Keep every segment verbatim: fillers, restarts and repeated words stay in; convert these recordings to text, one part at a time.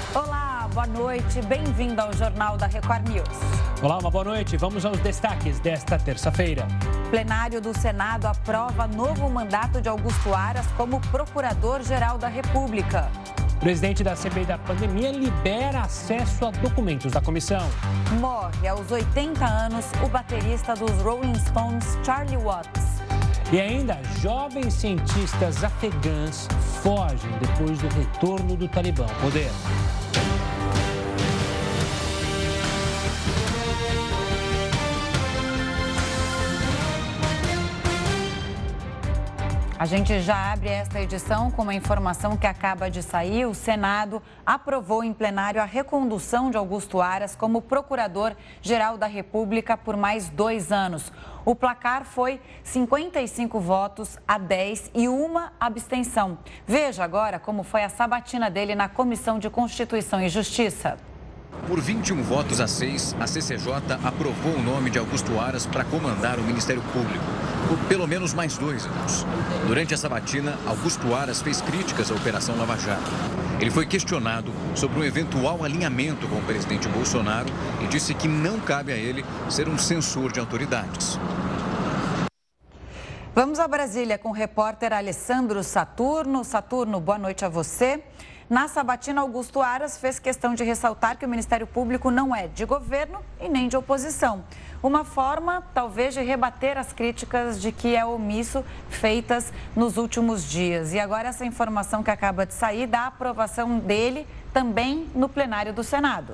Olá, boa noite, bem-vindo ao Jornal da Record News. Olá, uma boa noite. Vamos aos destaques desta terça-feira. Plenário do Senado aprova novo mandato de Augusto Aras como Procurador-Geral da República. O presidente da C P I da pandemia libera acesso a documentos da comissão. Morre aos oitenta anos o baterista dos Rolling Stones, Charlie Watts. E ainda, jovens cientistas afegãs fogem depois do retorno do Talibã ao poder. A gente já abre esta edição com uma informação que acaba de sair. O Senado aprovou em plenário a recondução de Augusto Aras como Procurador-Geral da República por mais dois anos. O placar foi cinquenta e cinco votos a dez e uma abstenção. Veja agora como foi a sabatina dele na Comissão de Constituição e Justiça. Por vinte e um votos a seis, a C C J aprovou o nome de Augusto Aras para comandar o Ministério Público por pelo menos mais dois anos. Durante a sabatina, Augusto Aras fez críticas à Operação Lava Jato. Ele foi questionado sobre um eventual alinhamento com o presidente Bolsonaro e disse que não cabe a ele ser um censor de autoridades. Vamos a Brasília com o repórter Alessandro Saturno. Saturno, boa noite a você. Na sabatina, Augusto Aras fez questão de ressaltar que o Ministério Público não é de governo e nem de oposição. Uma forma, talvez, de rebater as críticas de que é omisso feitas nos últimos dias. E agora essa informação que acaba de sair da aprovação dele também no plenário do Senado.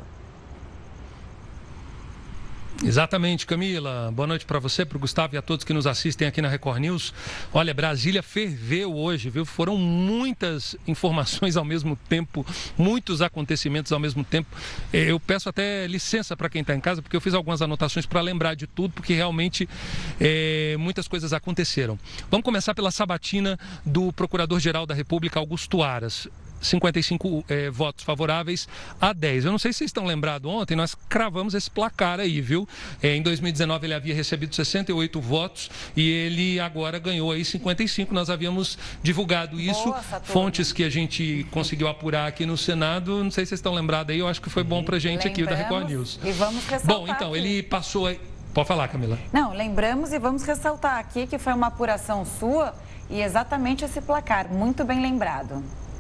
Exatamente, Camila. Boa noite para você, para o Gustavo e a todos que nos assistem aqui na Record News. Olha, Brasília ferveu hoje, viu? Foram muitas informações ao mesmo tempo, muitos acontecimentos ao mesmo tempo. Eu peço até licença para quem está em casa, porque eu fiz algumas anotações para lembrar de tudo, porque realmente é, muitas coisas aconteceram. Vamos começar pela sabatina do Procurador-Geral da República, Augusto Aras. cinquenta e cinco é, votos favoráveis a dez. Eu não sei se vocês estão lembrados, ontem nós cravamos esse placar aí, viu? É, em dois mil e dezenove ele havia recebido sessenta e oito votos e ele agora ganhou aí cinquenta e cinco. Nós havíamos divulgado isso, Boa, fontes que a gente conseguiu apurar aqui no Senado. Não sei se vocês estão lembrados aí, eu acho que foi bom pra gente aqui, o da Record News. E vamos ressaltar. Bom, então, aqui. ele passou aí... Pode falar, Camila. Não, lembramos e vamos ressaltar aqui que foi uma apuração sua e exatamente esse placar, muito bem lembrado.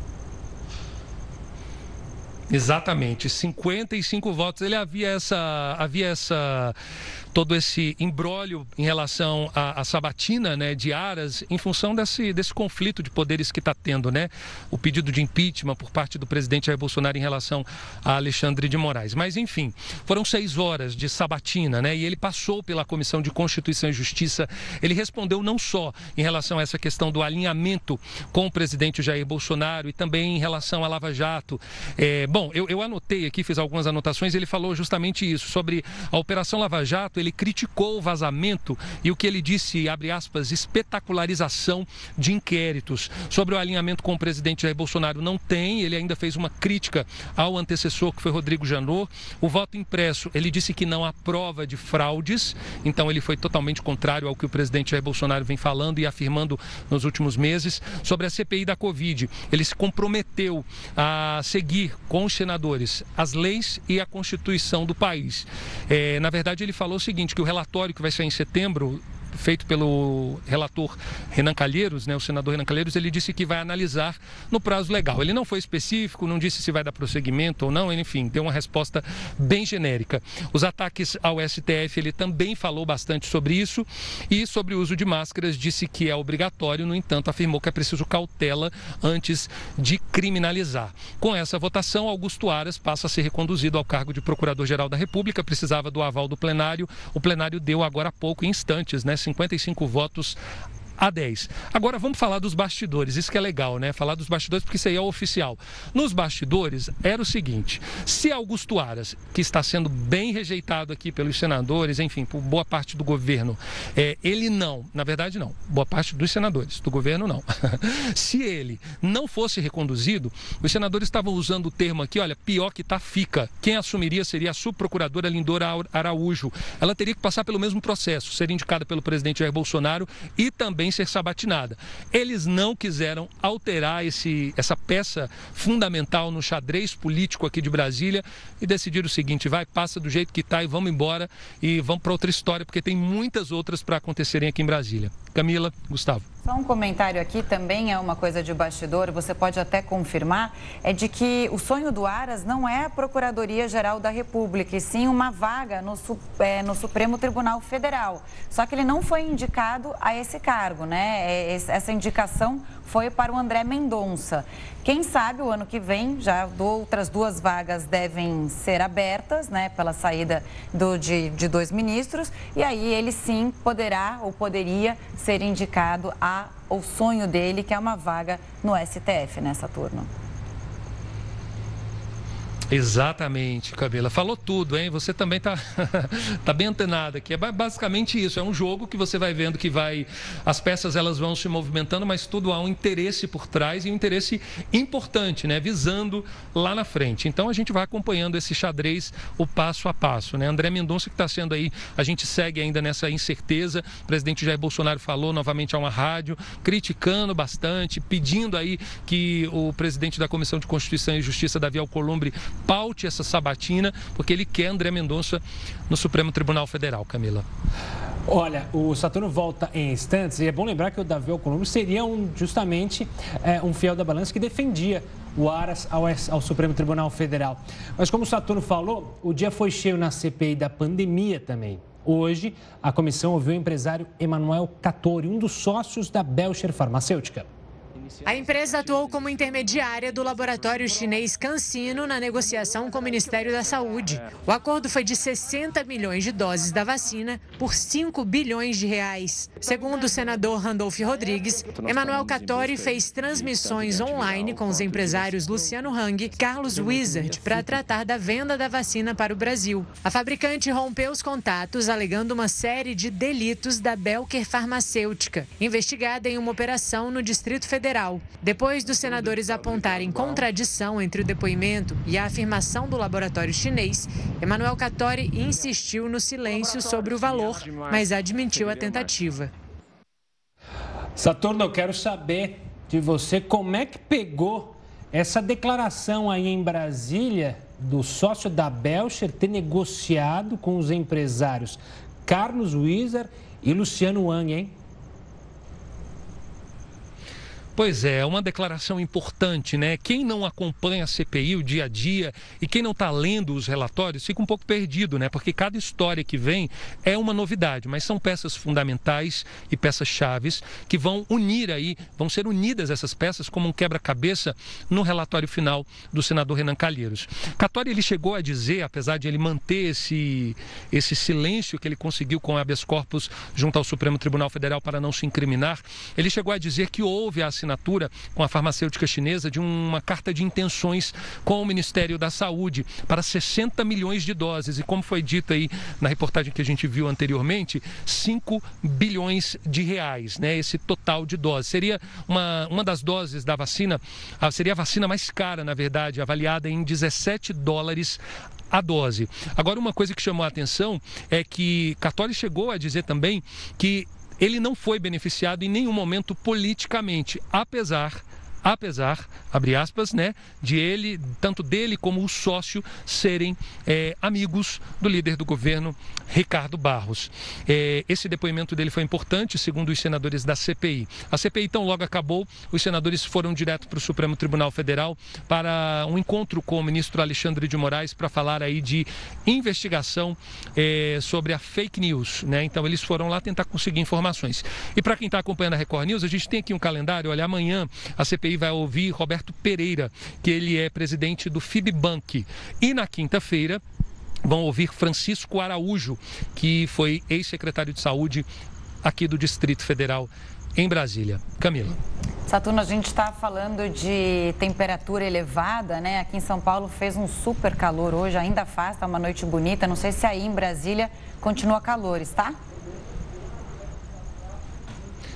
Exatamente, cinquenta e cinco votos. Ele havia essa, havia essa, todo esse imbróglio em relação à, à sabatina, né, de Aras, em função desse, desse conflito de poderes que está tendo, né? O pedido de impeachment por parte do presidente Jair Bolsonaro em relação a Alexandre de Moraes. Mas, enfim, foram seis horas de sabatina, né? E ele passou pela Comissão de Constituição e Justiça. Ele respondeu não só em relação a essa questão do alinhamento com o presidente Jair Bolsonaro e também em relação à Lava Jato. É, Bom, eu, eu anotei aqui, fiz algumas anotações, ele falou justamente isso, sobre a Operação Lava Jato. Ele criticou o vazamento e o que ele disse, abre aspas, espetacularização de inquéritos. Sobre o alinhamento com o presidente Jair Bolsonaro, não tem, ele ainda fez uma crítica ao antecessor, que foi Rodrigo Janot. O voto impresso, ele disse que não há prova de fraudes, então ele foi totalmente contrário ao que o presidente Jair Bolsonaro vem falando e afirmando nos últimos meses. Sobre a C P I da Covid, ele se comprometeu a seguir com os senadores as leis e a Constituição do país. É, na verdade, ele falou o seguinte, que o relatório que vai sair em setembro, feito pelo relator Renan Calheiros, né, o senador Renan Calheiros, ele disse que vai analisar no prazo legal. Ele não foi específico, não disse se vai dar prosseguimento ou não, enfim, deu uma resposta bem genérica. Os ataques ao S T F, ele também falou bastante sobre isso e sobre o uso de máscaras, disse que é obrigatório, no entanto, afirmou que é preciso cautela antes de criminalizar. Com essa votação, Augusto Aras passa a ser reconduzido ao cargo de Procurador-Geral da República, precisava do aval do plenário, o plenário deu agora há pouco, em instantes, né? cinquenta e cinco votos a dez. Agora vamos falar dos bastidores, isso que é legal, né? Falar dos bastidores porque isso aí é oficial. Nos bastidores era o seguinte, se Augusto Aras, que está sendo bem rejeitado aqui pelos senadores, enfim, por boa parte do governo, é, ele não, na verdade não, boa parte dos senadores, do governo não. Se ele não fosse reconduzido, os senadores estavam usando o termo aqui, olha, pior que tá fica. Quem assumiria seria a subprocuradora Lindora Araújo. Ela teria que passar pelo mesmo processo, ser indicada pelo presidente Jair Bolsonaro e também também ser sabatinada. Eles não quiseram alterar esse, essa peça fundamental no xadrez político aqui de Brasília e decidiram o seguinte: vai, passa do jeito que está e vamos embora e vamos para outra história, porque tem muitas outras para acontecerem aqui em Brasília. Camila, Gustavo. Só um comentário aqui, também é uma coisa de bastidor, você pode até confirmar, é de que o sonho do Aras não é a Procuradoria-Geral da República, e sim uma vaga no, é, no Supremo Tribunal Federal. Só que ele não foi indicado a esse cargo, né? Essa indicação foi para o André Mendonça. Quem sabe o ano que vem, já outras duas vagas devem ser abertas, né, pela saída do, de, de dois ministros, e aí ele sim poderá ou poderia ser indicado a o sonho dele, que é uma vaga no S T F, né, Saturno? Exatamente, Camila. Falou tudo, hein? Você também tá, tá bem antenada aqui. É basicamente isso. É um jogo que você vai vendo que vai... As peças, elas vão se movimentando, mas tudo há um interesse por trás e um interesse importante, né? Visando lá na frente. Então, a gente vai acompanhando esse xadrez, o passo a passo, né? André Mendonça, que está sendo aí... A gente segue ainda nessa incerteza. O presidente Jair Bolsonaro falou novamente a uma rádio, criticando bastante, pedindo aí que o presidente da Comissão de Constituição e Justiça, Davi Alcolumbre, paute essa sabatina, porque ele quer André Mendonça no Supremo Tribunal Federal, Camila. Olha, o Saturno volta em instantes e é bom lembrar que o Davi Alcolumbre seria um, justamente é, um fiel da balança que defendia o Aras ao, ao Supremo Tribunal Federal. Mas como o Saturno falou, o dia foi cheio na C P I da pandemia também. Hoje, a comissão ouviu o empresário Emanuel Cattori, um dos sócios da Belcher Farmacêutica. A empresa atuou como intermediária do laboratório chinês CanSino na negociação com o Ministério da Saúde. O acordo foi de sessenta milhões de doses da vacina por cinco bilhões de reais. Segundo o senador Randolph Rodrigues, Emanuel Cattori fez transmissões online com os empresários Luciano Hang e Carlos Wizard para tratar da venda da vacina para o Brasil. A fabricante rompeu os contatos alegando uma série de delitos da Belcher Farmacêutica, investigada em uma operação no Distrito Federal. Depois dos senadores apontarem contradição entre o depoimento e a afirmação do laboratório chinês, Emanuel Cattori insistiu no silêncio sobre o valor, mas admitiu a tentativa. Saturno, eu quero saber de você como é que pegou essa declaração aí em Brasília do sócio da Belcher ter negociado com os empresários Carlos Wizard e Luciano Hang, hein? Pois é, uma declaração importante, né? Quem não acompanha a C P I o dia a dia e quem não está lendo os relatórios fica um pouco perdido, né? Porque cada história que vem é uma novidade, mas são peças fundamentais e peças chaves que vão unir aí, vão ser unidas essas peças como um quebra-cabeça no relatório final do senador Renan Calheiros. Cattori, ele chegou a dizer, apesar de ele manter esse, esse silêncio que ele conseguiu com habeas corpus junto ao Supremo Tribunal Federal para não se incriminar, ele chegou a dizer que houve a assinatura com a farmacêutica chinesa de uma carta de intenções com o Ministério da Saúde para sessenta milhões de doses. E como foi dito aí na reportagem que a gente viu anteriormente, cinco bilhões de reais, né? Esse total de doses. Seria uma, uma das doses da vacina, seria a vacina mais cara, na verdade, avaliada em dezessete dólares a dose. Agora, uma coisa que chamou a atenção é que Cattori chegou a dizer também que ele não foi beneficiado em nenhum momento politicamente, apesar, apesar, abre aspas, né, de ele, tanto dele como o sócio, serem é, amigos do líder do governo, Ricardo Barros. É, esse depoimento dele foi importante, segundo os senadores da C P I. A C P I, então, logo acabou, os senadores foram direto para o Supremo Tribunal Federal para um encontro com o ministro Alexandre de Moraes para falar aí de investigação é, sobre a fake news, né? Então, eles foram lá tentar conseguir informações. E para quem está acompanhando a Record News, a gente tem aqui um calendário, olha, amanhã a C P I vai ouvir Roberto Pereira, que ele é presidente do Fibbank. E na quinta-feira vão ouvir Francisco Araújo, que foi ex-secretário de Saúde aqui do Distrito Federal em Brasília. Camila. Saturno, a gente está falando de temperatura elevada, né? Aqui em São Paulo fez um super calor hoje, ainda faz, está uma noite bonita. Não sei se aí em Brasília continua calor, está?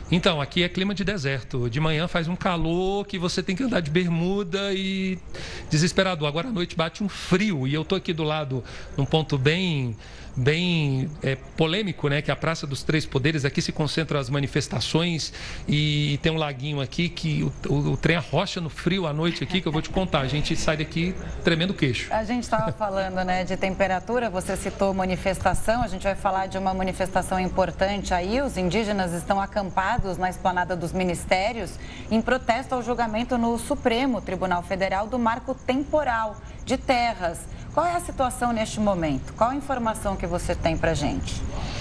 Então, aqui é clima de deserto. De manhã faz um calor que você tem que andar de bermuda e desesperador. Agora à noite bate um frio e eu estou aqui do lado, num ponto bem... bem é, polêmico, né? Que é a Praça dos Três Poderes. Aqui se concentram as manifestações e tem um laguinho aqui que o, o, o trem arrocha no frio à noite aqui, que eu vou te contar. A gente sai daqui tremendo o queixo. A gente estava falando, né, de temperatura, você citou manifestação, a gente vai falar de uma manifestação importante aí. Os indígenas estão acampados na esplanada dos ministérios em protesto ao julgamento no Supremo Tribunal Federal do marco temporal de terras. Qual é a situação neste momento? Qual a informação que você tem para a gente?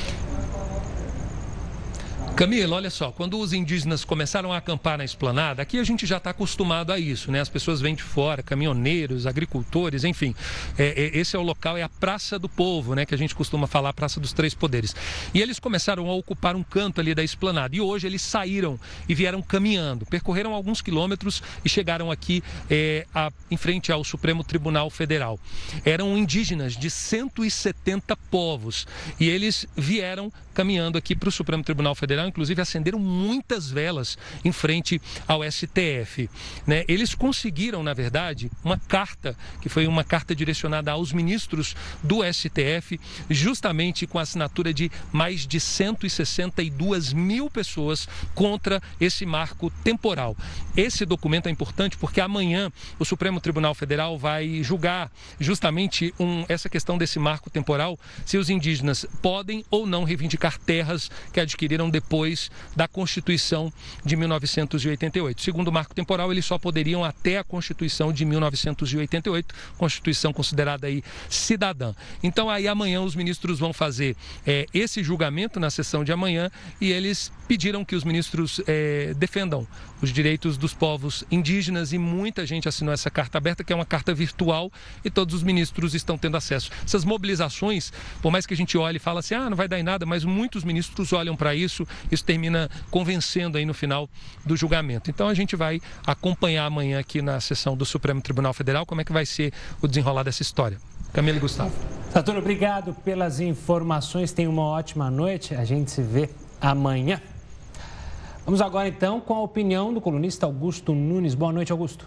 Camila, olha só, quando os indígenas começaram a acampar na esplanada, aqui a gente já está acostumado a isso, né? As pessoas vêm de fora, caminhoneiros, agricultores, enfim. É, é, esse é o local, é a Praça do Povo, né? Que a gente costuma falar, Praça dos Três Poderes. E eles começaram a ocupar um canto ali da esplanada. E hoje eles saíram e vieram caminhando, percorreram alguns quilômetros e chegaram aqui é, a, em frente ao Supremo Tribunal Federal. Eram indígenas de cento e setenta povos e eles vieram caminhando aqui para o Supremo Tribunal Federal, inclusive acenderam muitas velas em frente ao S T F. Né? Eles conseguiram, na verdade, uma carta, que foi uma carta direcionada aos ministros do S T F, justamente com a assinatura de mais de cento e sessenta e duas mil pessoas contra esse marco temporal. Esse documento é importante porque amanhã o Supremo Tribunal Federal vai julgar justamente um, essa questão desse marco temporal, se os indígenas podem ou não reivindicar terras que adquiriram depois da Constituição de mil novecentos e oitenta e oito. Segundo o marco temporal, eles só poderiam até a Constituição de mil novecentos e oitenta e oito, Constituição considerada aí cidadã. Então aí amanhã os ministros vão fazer é, esse julgamento na sessão de amanhã e eles pediram que os ministros é, defendam os direitos dos povos indígenas e muita gente assinou essa carta aberta, que é uma carta virtual e todos os ministros estão tendo acesso. Essas mobilizações, por mais que a gente olhe e fale assim, ah, não vai dar em nada, mas muitos ministros olham para isso, isso termina convencendo aí no final do julgamento. Então a gente vai acompanhar amanhã aqui na sessão do Supremo Tribunal Federal como é que vai ser o desenrolar dessa história. Camila e Gustavo. Saturno, obrigado pelas informações, tenha uma ótima noite, a gente se vê amanhã. Vamos agora então com a opinião do colunista Augusto Nunes. Boa noite, Augusto.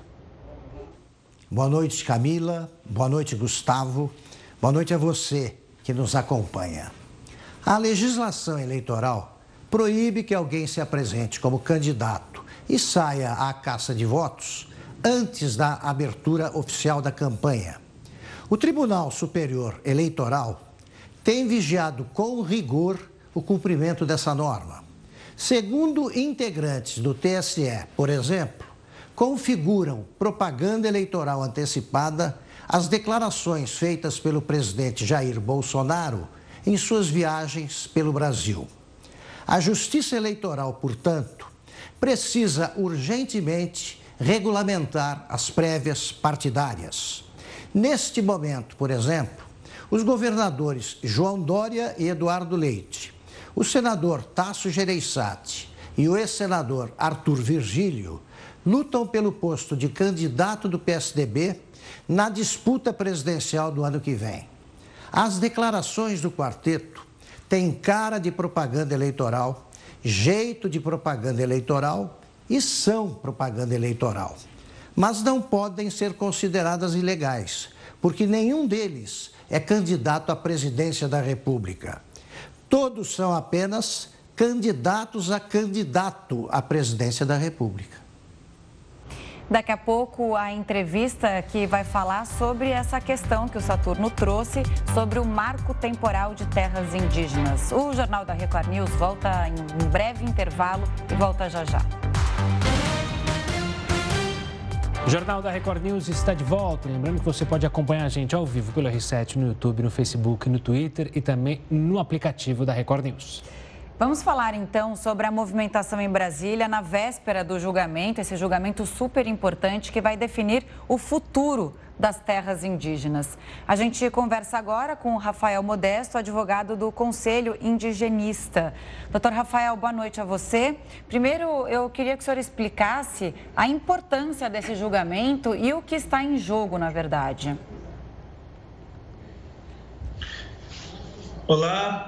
Boa noite, Camila. Boa noite, Gustavo. Boa noite a você que nos acompanha. A legislação eleitoral proíbe que alguém se apresente como candidato e saia à caça de votos antes da abertura oficial da campanha. O Tribunal Superior Eleitoral tem vigiado com rigor o cumprimento dessa norma. Segundo integrantes do T S E, por exemplo, configuram propaganda eleitoral antecipada as declarações feitas pelo presidente Jair Bolsonaro em suas viagens pelo Brasil. A Justiça Eleitoral, portanto, precisa urgentemente regulamentar as prévias partidárias. Neste momento, por exemplo, os governadores João Dória e Eduardo Leite, o senador Tasso Gereissati e o ex-senador Arthur Virgílio lutam pelo posto de candidato do P S D B na disputa presidencial do ano que vem. As declarações do quarteto têm cara de propaganda eleitoral, jeito de propaganda eleitoral e são propaganda eleitoral. Mas não podem ser consideradas ilegais, porque nenhum deles é candidato à presidência da República. Todos são apenas candidatos a candidato à presidência da República. Daqui a pouco, a entrevista que vai falar sobre essa questão que o Saturno trouxe, sobre o marco temporal de terras indígenas. O Jornal da Record News volta em um breve intervalo e volta já já. O Jornal da Record News está de volta. Lembrando que você pode acompanhar a gente ao vivo pelo R sete no YouTube, no Facebook, no Twitter e também no aplicativo da Record News. Vamos falar então sobre a movimentação em Brasília na véspera do julgamento, esse julgamento super importante que vai definir o futuro das terras indígenas. A gente conversa agora com o Rafael Modesto, advogado do Conselho Indigenista. Doutor Rafael, boa noite a você. Primeiro, eu queria que o senhor explicasse a importância desse julgamento e o que está em jogo, na verdade. Olá.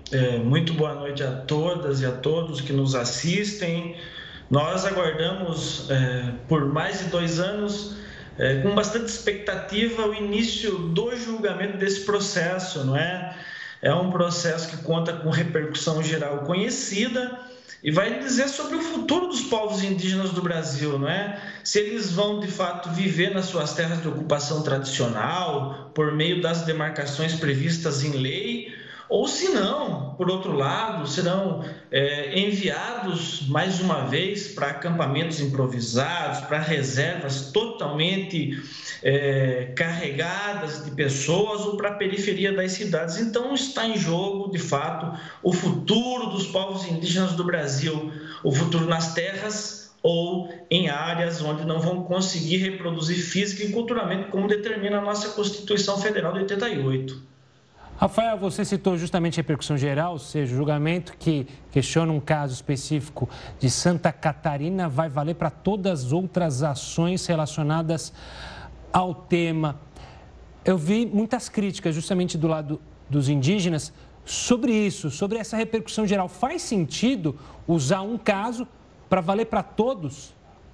É, muito boa noite a todas e a todos que nos assistem. Nós aguardamos é, por mais de dois anos, é, com bastante expectativa, o início do julgamento desse processo, não é? É um processo que conta com repercussão geral conhecida e vai dizer sobre o futuro dos povos indígenas do Brasil, não é? Se eles vão, de fato, viver nas suas terras de ocupação tradicional, por meio das demarcações previstas em lei, ou se não, por outro lado, serão é, enviados mais uma vez para acampamentos improvisados, para reservas totalmente é, carregadas de pessoas ou para a periferia das cidades. Então está em jogo, de fato, o futuro dos povos indígenas do Brasil, o futuro nas terras ou em áreas onde não vão conseguir reproduzir física e culturalmente, como determina a nossa Constituição Federal de oitenta e oito. Rafael, você citou justamente a repercussão geral, ou seja, o julgamento que questiona um caso específico de Santa Catarina vai valer para todas as outras ações relacionadas ao tema. Eu vi muitas críticas justamente do lado dos indígenas sobre isso, sobre essa repercussão geral. Faz sentido usar um caso para valer para todos?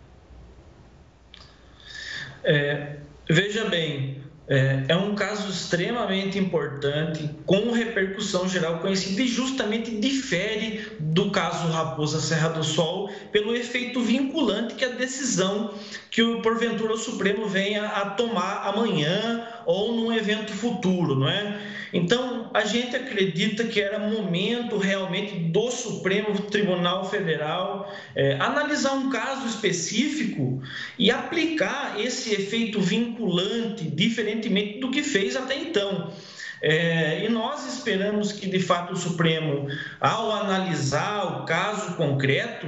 É, veja bem... É, é um caso extremamente importante, com repercussão geral conhecida e justamente difere do caso Raposa Serra do Sol pelo efeito vinculante que a decisão que o porventura o Supremo venha a tomar amanhã ou num evento futuro, não é? Então, a gente acredita que era momento realmente do Supremo Tribunal Federal é, analisar um caso específico e aplicar esse efeito vinculante, diferentemente do que fez até então. É, e nós esperamos que, de fato, o Supremo, ao analisar o caso concreto,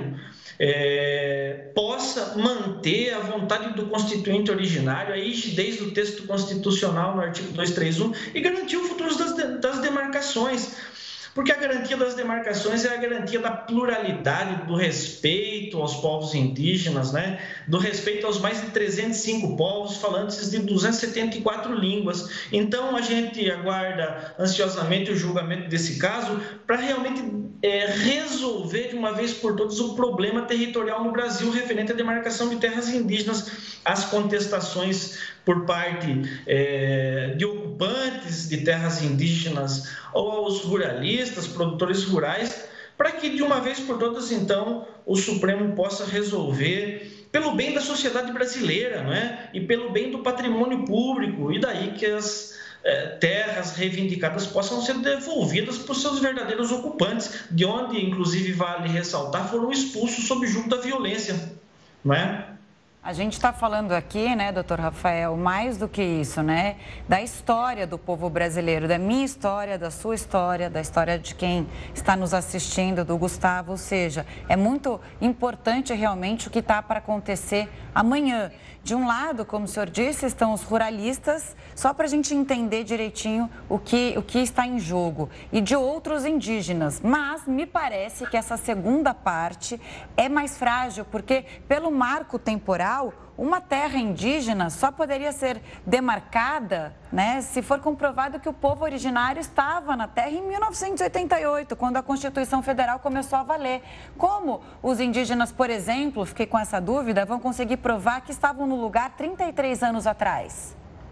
É, possa manter a vontade do constituinte originário, a rigidez do texto constitucional no artigo duzentos e trinta e um e garantir o futuro das, das demarcações. Porque a garantia das demarcações é a garantia da pluralidade, do respeito aos povos indígenas, né? Do respeito aos mais de trezentos e cinco povos falantes de duzentas e setenta e quatro línguas. Então, a gente aguarda ansiosamente o julgamento desse caso para realmente é, resolver de uma vez por todas o problema territorial no Brasil referente à demarcação de terras indígenas, as contestações por parte é, de ocupantes de terras indígenas ou aos ruralistas, produtores rurais, para que de uma vez por todas, então, o Supremo possa resolver pelo bem da sociedade brasileira, não é? E pelo bem do patrimônio público, e daí que as é, terras reivindicadas possam ser devolvidas para os seus verdadeiros ocupantes, de onde, inclusive, vale ressaltar, foram expulsos sob julgo da violência, não é? A gente está falando aqui, né, doutor Rafael, mais do que isso, né, da história do povo brasileiro, da minha história, da sua história, da história de quem está nos assistindo, do Gustavo, ou seja, é muito importante realmente o que está para acontecer amanhã. De um lado, como o senhor disse, estão os ruralistas, só para a gente entender direitinho o que, o que está em jogo, e de outros indígenas. Mas me parece que essa segunda parte é mais frágil, porque pelo marco temporal, uma terra indígena só poderia ser demarcada, né, se for comprovado que o povo originário estava na terra em mil novecentos e oitenta e oito, quando a Constituição Federal começou a valer. Como os indígenas, por exemplo, fiquei com essa dúvida, vão conseguir provar que estavam no lugar trinta e três anos atrás?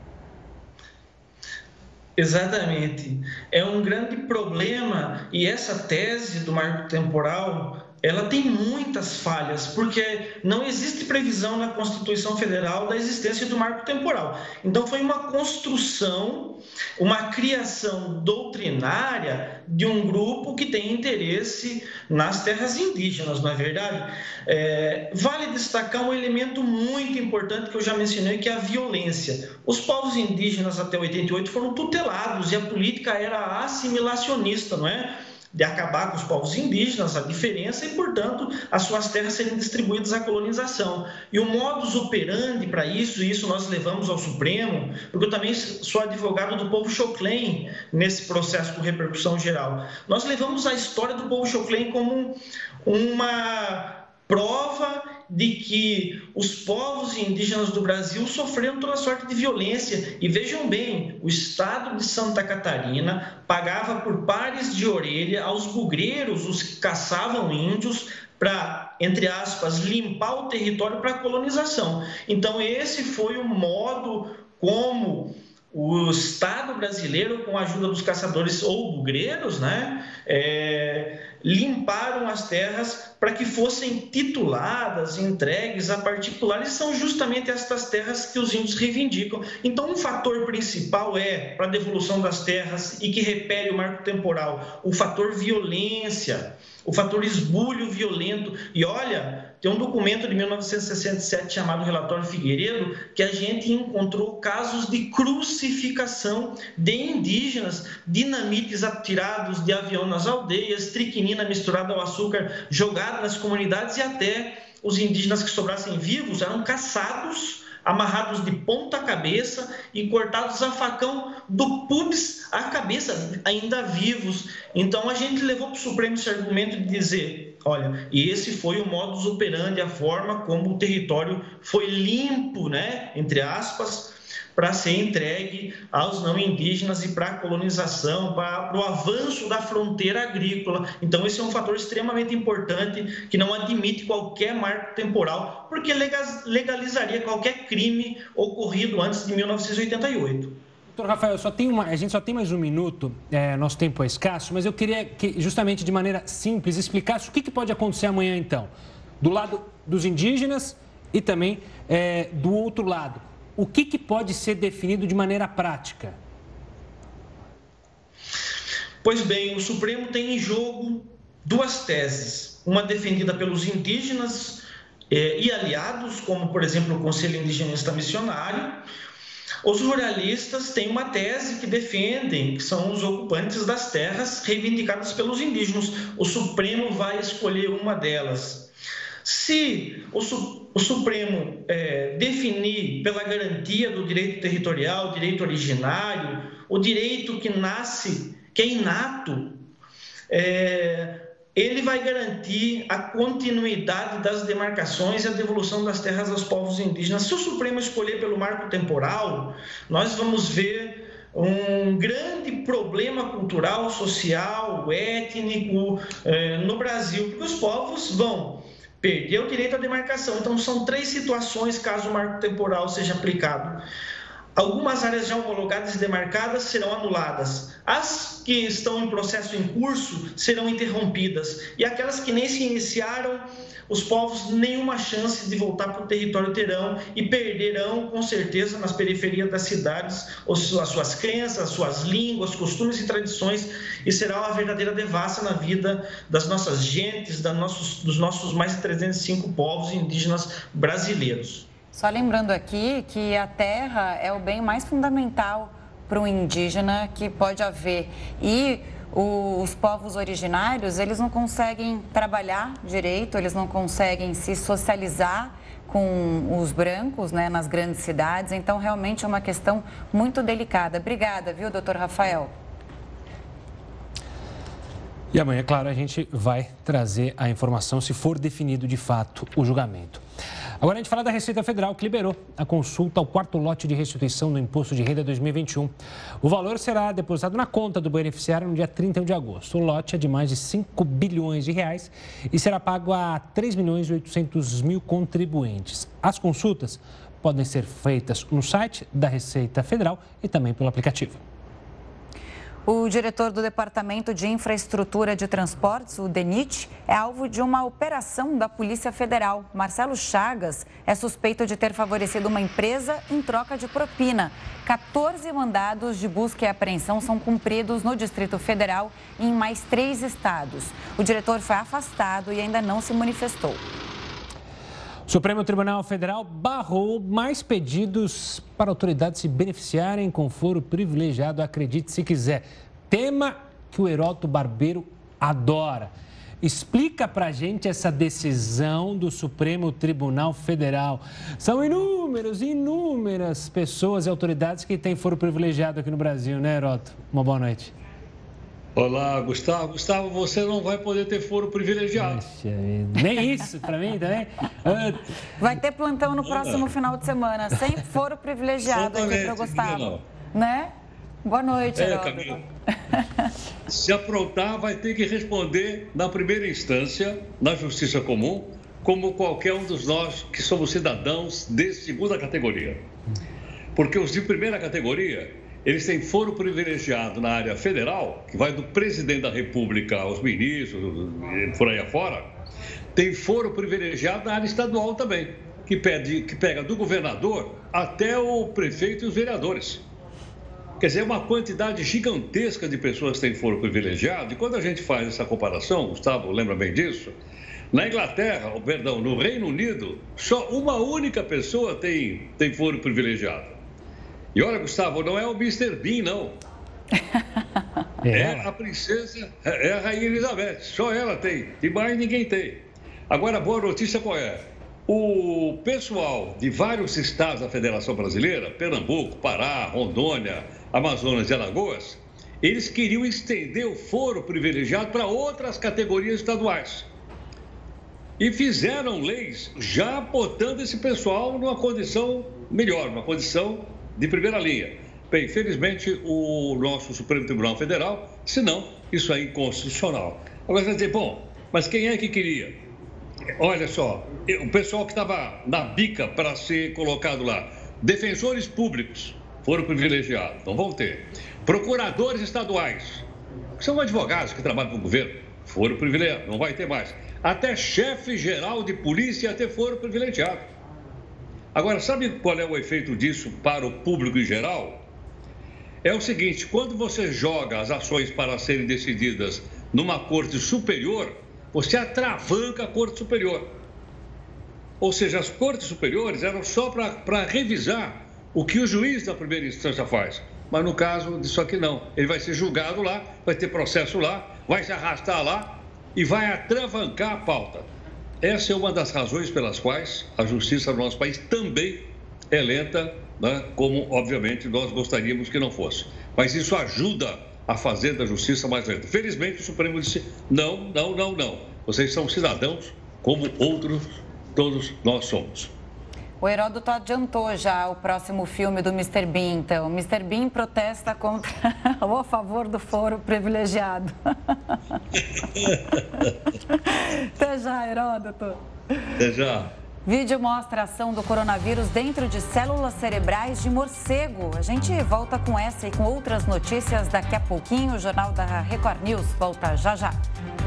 Exatamente. É um grande problema e essa tese do marco temporal, ela tem muitas falhas, porque não existe previsão na Constituição Federal da existência do marco temporal. Então, foi uma construção, uma criação doutrinária de um grupo que tem interesse nas terras indígenas, não é verdade? É, vale destacar um elemento muito importante que eu já mencionei, que é a violência. Os povos indígenas até oitenta e oito foram tutelados e a política era assimilacionista, não é? De acabar com os povos indígenas, a diferença e, portanto, as suas terras serem distribuídas à colonização. E o modus operandi para isso, e isso nós levamos ao Supremo, porque eu também sou advogado do povo Xoclen nesse processo com repercussão geral. Nós levamos a história do povo Xoclen como uma prova de que os povos indígenas do Brasil sofreram toda sorte de violência. E vejam bem, o estado de Santa Catarina pagava por pares de orelha aos bugreiros, os que caçavam índios, para, entre aspas, limpar o território para a colonização. Então, esse foi o modo como o Estado brasileiro, com a ajuda dos caçadores ou bugreiros, né, é, limparam as terras para que fossem tituladas, entregues a particulares. São justamente estas terras que os índios reivindicam. Então, um fator principal é, para a devolução das terras e que repele o marco temporal, o fator violência, o fator esbulho violento. E olha, tem um documento de mil novecentos e sessenta e sete chamado Relatório Figueiredo, que a gente encontrou casos de crucificação de indígenas, dinamites atirados de avião nas aldeias, triquinina misturada ao açúcar jogada nas comunidades, e até os indígenas que sobrassem vivos eram caçados, amarrados de ponta cabeça e cortados a facão do pubis à cabeça, ainda vivos. Então, a gente levou para o Supremo esse argumento de dizer, olha, e esse foi o modus operandi, a forma como o território foi limpo, né, entre aspas, para ser entregue aos não indígenas e para a colonização, para, para o avanço da fronteira agrícola. Então, esse é um fator extremamente importante que não admite qualquer marco temporal, porque legalizaria qualquer crime ocorrido antes de mil novecentos e oitenta e oito. Doutor Rafael, só tem uma, a gente só tem mais um minuto, é, nosso tempo é escasso, mas eu queria que, justamente de maneira simples, explicasse o que, que pode acontecer amanhã, então, do lado dos indígenas e também é, do outro lado. O que, que pode ser definido de maneira prática? Pois bem, o Supremo tem em jogo duas teses. Uma defendida pelos indígenas eh, e aliados, como, por exemplo, o Conselho Indigenista Missionário. Os ruralistas têm uma tese que defendem, que são os ocupantes das terras reivindicadas pelos indígenas. O Supremo vai escolher uma delas. Se o, o Supremo é, definir pela garantia do direito territorial, direito originário, o direito que nasce, que é inato, é, ele vai garantir a continuidade das demarcações e a devolução das terras aos povos indígenas. Se o Supremo escolher pelo marco temporal, nós vamos ver um grande problema cultural, social, étnico é, no Brasil, porque os povos vão perder o direito à demarcação. Então, são três situações caso o marco temporal seja aplicado. Algumas áreas já homologadas e demarcadas serão anuladas. As que estão em processo em curso serão interrompidas. E aquelas que nem se iniciaram, os povos nenhuma chance de voltar para o território terão e perderão, com certeza, nas periferias das cidades, as suas crenças, as suas línguas, costumes e tradições, e será uma verdadeira devassa na vida das nossas gentes, da nossos, dos nossos mais de trezentos e cinco povos indígenas brasileiros. Só lembrando aqui que a terra é o bem mais fundamental para o indígena que pode haver. E os povos originários, eles não conseguem trabalhar direito, eles não conseguem se socializar com os brancos, né, nas grandes cidades. Então, realmente é uma questão muito delicada. Obrigada, viu, doutor Rafael? E amanhã, claro, a gente vai trazer a informação se for definido de fato o julgamento. Agora a gente fala da Receita Federal, que liberou a consulta ao quarto lote de restituição do Imposto de Renda dois mil e vinte e um. O valor será depositado na conta do beneficiário no dia trinta e um de agosto. O lote é de mais de cinco bilhões de reais e será pago a três milhões e oitocentos mil contribuintes. As consultas podem ser feitas no site da Receita Federal e também pelo aplicativo. O diretor do Departamento de Infraestrutura de Transportes, o DENIT, é alvo de uma operação da Polícia Federal. Marcelo Chagas é suspeito de ter favorecido uma empresa em troca de propina. quatorze mandados de busca e apreensão são cumpridos no Distrito Federal e em mais três estados. O diretor foi afastado e ainda não se manifestou. O Supremo Tribunal Federal barrou mais pedidos para autoridades se beneficiarem com foro privilegiado, acredite se quiser. Tema que o Heródoto Barbeiro adora. Explica pra gente essa decisão do Supremo Tribunal Federal. São inúmeras, inúmeras pessoas e autoridades que têm foro privilegiado aqui no Brasil, né, Heródoto? Uma boa noite. Olá, Gustavo. Gustavo, você não vai poder ter foro privilegiado. Poxa, nem isso para mim também. Vai ter plantão no próximo final de semana, sem foro privilegiado aqui para o Gustavo. Não. Né? Boa noite, é, Heródoto. Camila. Se aprontar, vai ter que responder na primeira instância, na Justiça Comum, como qualquer um dos nós que somos cidadãos de segunda categoria. Porque os de primeira categoria, eles têm foro privilegiado na área federal, que vai do presidente da República aos ministros, por aí afora. Tem foro privilegiado na área estadual também, que, pede, que pega do governador até o prefeito e os vereadores. Quer dizer, é uma quantidade gigantesca de pessoas que têm foro privilegiado. E quando a gente faz essa comparação, Gustavo lembra bem disso, na Inglaterra, ou, perdão, no Reino Unido, só uma única pessoa tem, tem foro privilegiado. E olha, Gustavo, não é o mister Bean, não. É a princesa, é a Rainha Elizabeth. Só ela tem, e mais ninguém tem. Agora, a boa notícia qual é? O pessoal de vários estados da Federação Brasileira, Pernambuco, Pará, Rondônia, Amazonas e Alagoas, eles queriam estender o foro privilegiado para outras categorias estaduais. E fizeram leis já botando esse pessoal numa condição melhor, uma condição de primeira linha. Bem, infelizmente, o nosso Supremo Tribunal Federal, se não, isso é inconstitucional. Agora vai dizer, bom, mas quem é que queria? Olha só, o pessoal que estava na bica para ser colocado lá, defensores públicos foram privilegiados, não vão ter. Procuradores estaduais, que são advogados que trabalham para o governo, foram privilegiados, não vai ter mais. Até chefe geral de polícia ia ter foro privilegiado. Agora, sabe qual é o efeito disso para o público em geral? É o seguinte, quando você joga as ações para serem decididas numa corte superior, você atravanca a corte superior. Ou seja, as cortes superiores eram só para revisar o que o juiz da primeira instância faz. Mas no caso disso aqui não. Ele vai ser julgado lá, vai ter processo lá, vai se arrastar lá e vai atravancar a pauta. Essa é uma das razões pelas quais a justiça do nosso país também é lenta, né? Como, obviamente, nós gostaríamos que não fosse. Mas isso ajuda a fazer da justiça mais lenta. Felizmente, o Supremo disse, não, não, não, não. Vocês são cidadãos como outros, todos nós somos. O Heródoto adiantou já o próximo filme do mister Bean, então. mister Bean protesta contra ou a favor do foro privilegiado. Até já, Heródoto. Até já. Vídeo mostra a ação do coronavírus dentro de células cerebrais de morcego. A gente volta com essa e com outras notícias daqui a pouquinho. O Jornal da Record News volta já já.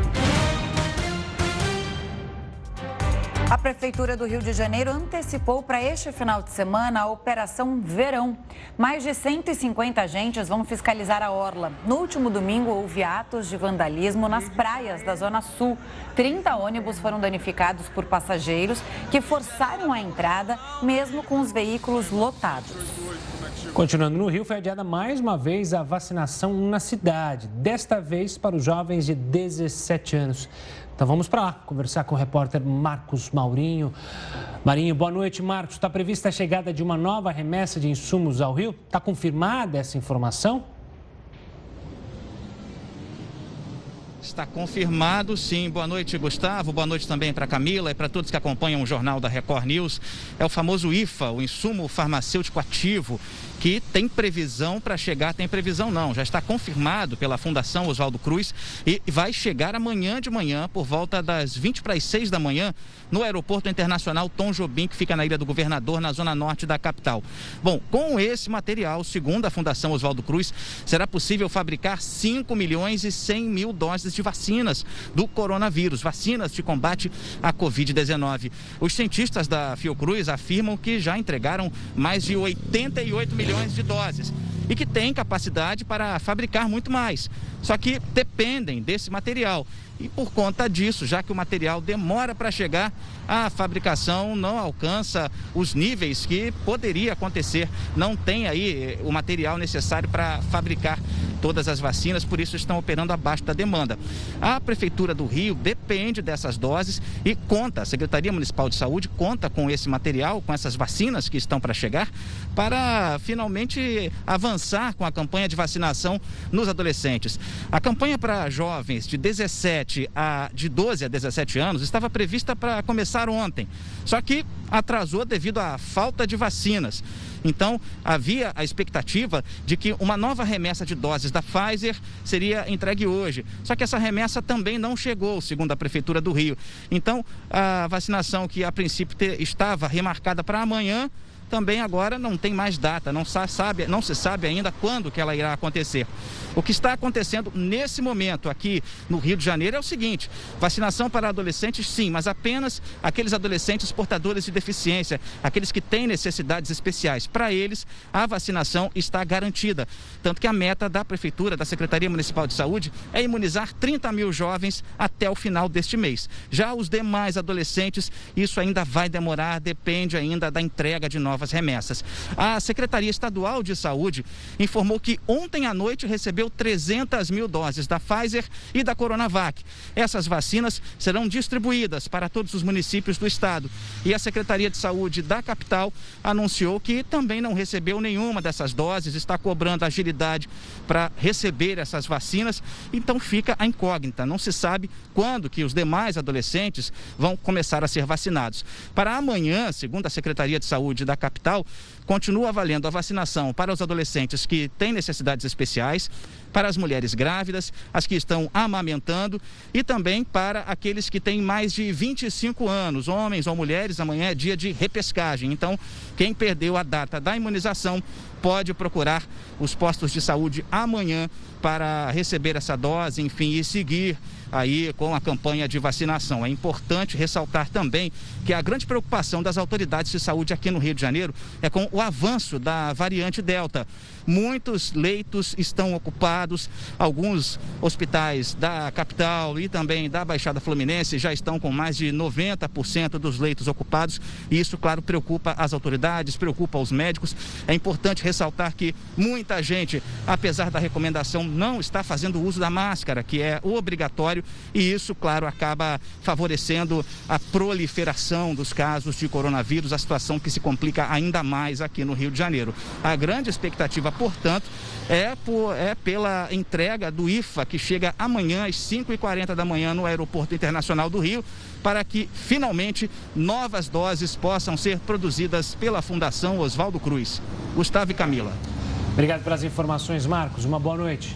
A Prefeitura do Rio de Janeiro antecipou para este final de semana a Operação Verão. Mais de cento e cinquenta agentes vão fiscalizar a orla. No último domingo, houve atos de vandalismo nas praias da Zona Sul. trinta ônibus foram danificados por passageiros que forçaram a entrada, mesmo com os veículos lotados. Continuando no Rio, foi adiada mais uma vez a vacinação na cidade, desta vez para os jovens de dezessete anos. Então vamos para lá conversar com o repórter Marcos Maurinho. Marinho, boa noite, Marcos. Está prevista a chegada de uma nova remessa de insumos ao Rio? Está confirmada essa informação? Está confirmado, sim. Boa noite, Gustavo. Boa noite também para Camila e para todos que acompanham o Jornal da Record News. É o famoso I F A, o insumo farmacêutico ativo, que tem previsão para chegar, tem previsão não, já está confirmado pela Fundação Oswaldo Cruz e vai chegar amanhã de manhã, por volta das vinte para as seis da manhã, no Aeroporto Internacional Tom Jobim, que fica na Ilha do Governador, na zona norte da capital. Bom, com esse material, segundo a Fundação Oswaldo Cruz, será possível fabricar cinco milhões e cem mil doses de vacinas do coronavírus, vacinas de combate à covid dezenove. Os cientistas da Fiocruz afirmam que já entregaram mais de oitenta e oito milhões de doses e que tem capacidade para fabricar muito mais, só que dependem desse material. E por conta disso, já que o material demora para chegar, a fabricação não alcança os níveis que poderia acontecer. Não tem aí o material necessário para fabricar todas as vacinas, por isso estão operando abaixo da demanda. A Prefeitura do Rio depende dessas doses e conta, a Secretaria Municipal de Saúde conta com esse material, com essas vacinas que estão para chegar, para finalmente avançar com a campanha de vacinação nos adolescentes. A campanha para jovens de dezessete a de doze a dezessete anos estava prevista para começar ontem, só que atrasou devido à falta de vacinas. Então, havia a expectativa de que uma nova remessa de doses da Pfizer seria entregue hoje. Só que essa remessa também não chegou, segundo a Prefeitura do Rio. Então, a vacinação que a princípio estava remarcada para amanhã, também agora não tem mais data, não, sabe, não se sabe ainda quando que ela irá acontecer. O que está acontecendo nesse momento aqui no Rio de Janeiro é o seguinte: vacinação para adolescentes, sim, mas apenas aqueles adolescentes portadores de deficiência, aqueles que têm necessidades especiais. Para eles, a vacinação está garantida. Tanto que a meta da Prefeitura, da Secretaria Municipal de Saúde, é imunizar trinta mil jovens até o final deste mês. Já os demais adolescentes, isso ainda vai demorar, depende ainda da entrega de novas remessas. A Secretaria Estadual de Saúde informou que ontem à noite recebeu trezentas mil doses da Pfizer e da Coronavac. Essas vacinas serão distribuídas para todos os municípios do estado. E a Secretaria de Saúde da capital anunciou que também não recebeu nenhuma dessas doses, está cobrando agilidade para receber essas vacinas. Então fica a incógnita, não se sabe quando que os demais adolescentes vão começar a ser vacinados. Para amanhã, segundo a Secretaria de Saúde da capital, capital, continua valendo a vacinação para os adolescentes que têm necessidades especiais, para as mulheres grávidas, as que estão amamentando e também para aqueles que têm mais de vinte e cinco anos, homens ou mulheres. Amanhã é dia de repescagem, então quem perdeu a data da imunização pode procurar os postos de saúde amanhã para receber essa dose, enfim, e seguir aí com a campanha de vacinação. É importante ressaltar também que a grande preocupação das autoridades de saúde aqui no Rio de Janeiro é com o avanço da variante Delta. Muitos leitos estão ocupados, alguns hospitais da capital e também da Baixada Fluminense já estão com mais de noventa por cento dos leitos ocupados, e isso, claro, preocupa as autoridades, preocupa os médicos. É importante ressaltar que muita gente, apesar da recomendação, não está fazendo uso da máscara, que é obrigatório, e isso, claro, acaba favorecendo a proliferação dos casos de coronavírus, a situação que se complica ainda mais aqui no Rio de Janeiro. A grande expectativa, portanto, é, por, é pela entrega do I F A, que chega amanhã às cinco e quarenta da manhã no Aeroporto Internacional do Rio, para que finalmente novas doses possam ser produzidas pela Fundação Oswaldo Cruz. Gustavo e Camila. Obrigado pelas informações, Marcos. Uma boa noite.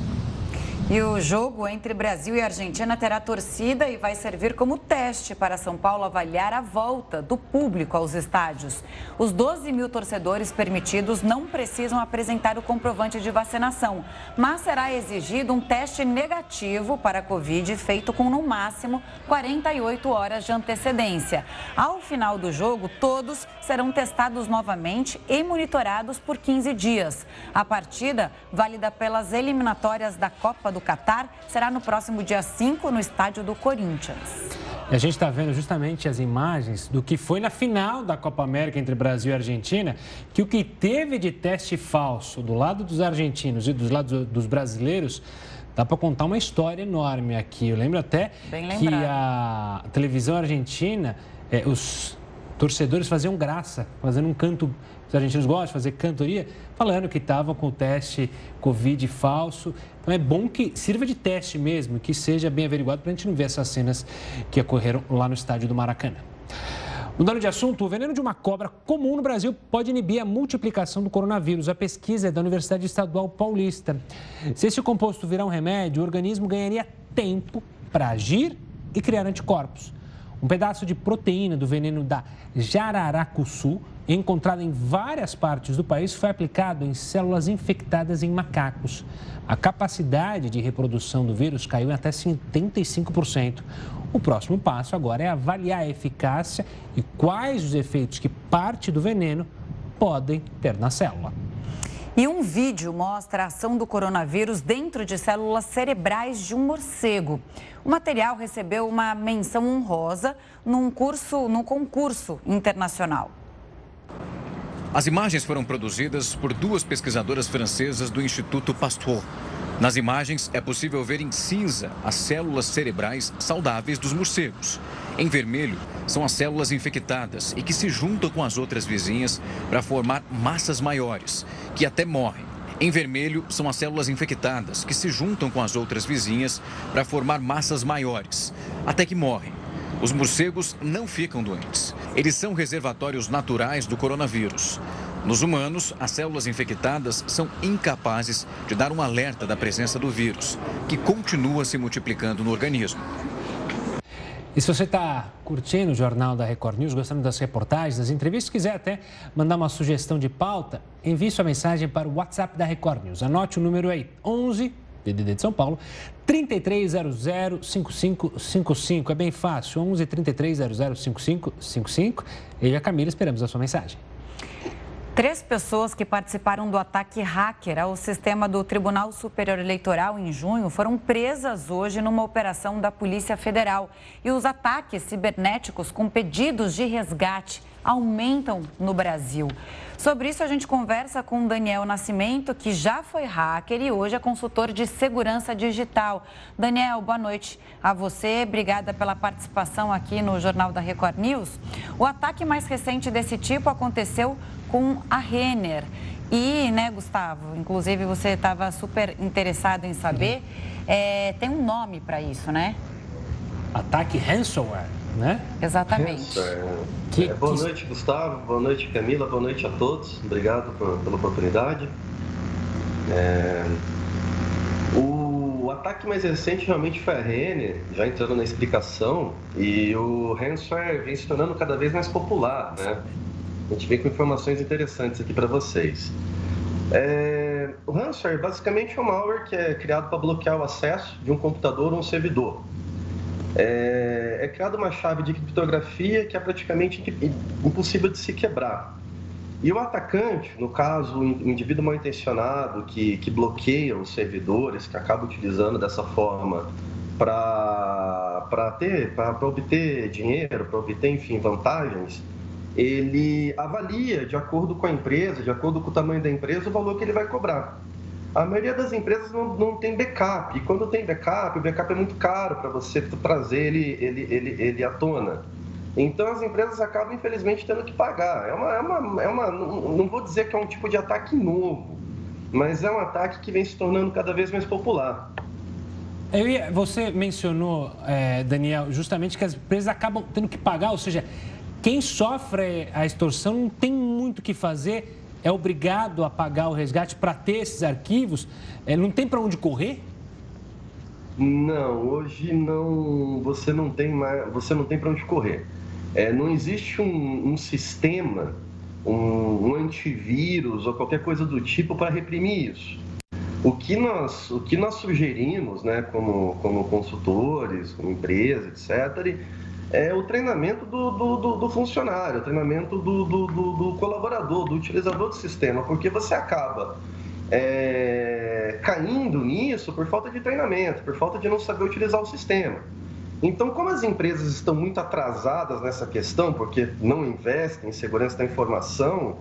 E o jogo entre Brasil e Argentina terá torcida e vai servir como teste para São Paulo avaliar a volta do público aos estádios. Os doze mil torcedores permitidos não precisam apresentar o comprovante de vacinação, mas será exigido um teste negativo para a Covid feito com, no máximo, quarenta e oito horas de antecedência. Ao final do jogo, todos serão testados novamente e monitorados por quinze dias. A partida, válida pelas eliminatórias da Copa do Catar, será no próximo dia cinco no estádio do Corinthians. E a gente está vendo justamente as imagens do que foi na final da Copa América entre Brasil e Argentina, que o que teve de teste falso do lado dos argentinos e dos lados dos brasileiros, dá para contar uma história enorme aqui. Eu lembro até que a televisão argentina, é, os torcedores faziam graça, fazendo um canto. Os argentinos gostam de fazer cantoria, falando que estavam com o teste Covid falso. Então é bom que sirva de teste mesmo, que seja bem averiguado para a gente não ver essas cenas que ocorreram lá no estádio do Maracanã. Mudando de assunto, o veneno de uma cobra comum no Brasil pode inibir a multiplicação do coronavírus. A pesquisa é da Universidade Estadual Paulista. Se esse composto virar um remédio, o organismo ganharia tempo para agir e criar anticorpos. Um pedaço de proteína do veneno da jararacuçu, encontrado em várias partes do país, foi aplicado em células infectadas em macacos. A capacidade de reprodução do vírus caiu em até setenta e cinco por cento. O próximo passo agora é avaliar a eficácia e quais os efeitos que parte do veneno podem ter na célula. E um vídeo mostra a ação do coronavírus dentro de células cerebrais de um morcego. O material recebeu uma menção honrosa num curso, num concurso internacional. As imagens foram produzidas por duas pesquisadoras francesas do Instituto Pasteur. Nas imagens, é possível ver em cinza as células cerebrais saudáveis dos morcegos. Em vermelho, são as células infectadas e que se juntam com as outras vizinhas para formar massas maiores, que até morrem. Em vermelho, são as células infectadas que se juntam com as outras vizinhas para formar massas maiores, até que morrem. Os morcegos não ficam doentes. Eles são reservatórios naturais do coronavírus. Nos humanos, as células infectadas são incapazes de dar um alerta da presença do vírus, que continua se multiplicando no organismo. E se você está curtindo o Jornal da Record News, gostando das reportagens, das entrevistas, quiser até mandar uma sugestão de pauta, envie sua mensagem para o WhatsApp da Record News. Anote o número aí, onze, D D D de São Paulo, trinta e três zero zero, cinquenta e cinco cinquenta e cinco. É bem fácil, onze, trinta e três zero zero, cinquenta e cinco cinquenta e cinco. Eu e a Camila esperamos a sua mensagem. Três pessoas que participaram do ataque hacker ao sistema do Tribunal Superior Eleitoral em junho foram presas hoje numa operação da Polícia Federal. E os ataques cibernéticos com pedidos de resgate aumentam no Brasil. Sobre isso, a gente conversa com Daniel Nascimento, que já foi hacker e hoje é consultor de segurança digital. Daniel, boa noite a você. Obrigada pela participação aqui no Jornal da Record News. O ataque mais recente desse tipo aconteceu com a Renner. E, né, Gustavo, inclusive você estava super interessado em saber, é, tem um nome para isso, né? Ataque ransomware, né? Exatamente. Que, é, boa que... noite, Gustavo. Boa noite, Camila. Boa noite a todos. Obrigado por, pela oportunidade. É... O ataque mais recente realmente foi a Renner, já entrando na explicação, e o ransomware vem se tornando cada vez mais popular, né? A gente vem com informações interessantes aqui para vocês. É... O ransomware basicamente é um malware que é criado para bloquear o acesso de um computador ou um servidor. É, é criada uma chave de criptografia que é praticamente impossível de se quebrar. E o atacante, no caso, o indivíduo mal intencionado que, que bloqueia os servidores, que acaba utilizando dessa forma para ter, para obter dinheiro, para obter, enfim, vantagens, ele avalia, de acordo com a empresa, de acordo com o tamanho da empresa, o valor que ele vai cobrar. A maioria das empresas não, não tem backup, e quando tem backup, o backup é muito caro para você trazer ele, ele, ele, ele à tona. Então as empresas acabam, infelizmente, tendo que pagar. É uma, é uma, é uma, não vou dizer que é um tipo de ataque novo, mas é um ataque que vem se tornando cada vez mais popular. Eu ia, você mencionou, é, Daniel, justamente que as empresas acabam tendo que pagar, ou seja, quem sofre a extorsão não tem muito o que fazer, é obrigado a pagar o resgate para ter esses arquivos? É, não tem para onde correr? Não, hoje não, você não tem mais, você não tem para onde correr. É, não existe um, um sistema, um, um antivírus ou qualquer coisa do tipo para reprimir isso. O que nós, o que nós sugerimos, né, como, como consultores, como empresa, etcétera, é o treinamento do, do, do, do funcionário, o treinamento do, do, do, do colaborador, do utilizador do sistema, porque você acaba é, caindo nisso por falta de treinamento, por falta de não saber utilizar o sistema. Então, como as empresas estão muito atrasadas nessa questão, porque não investem em segurança da informação,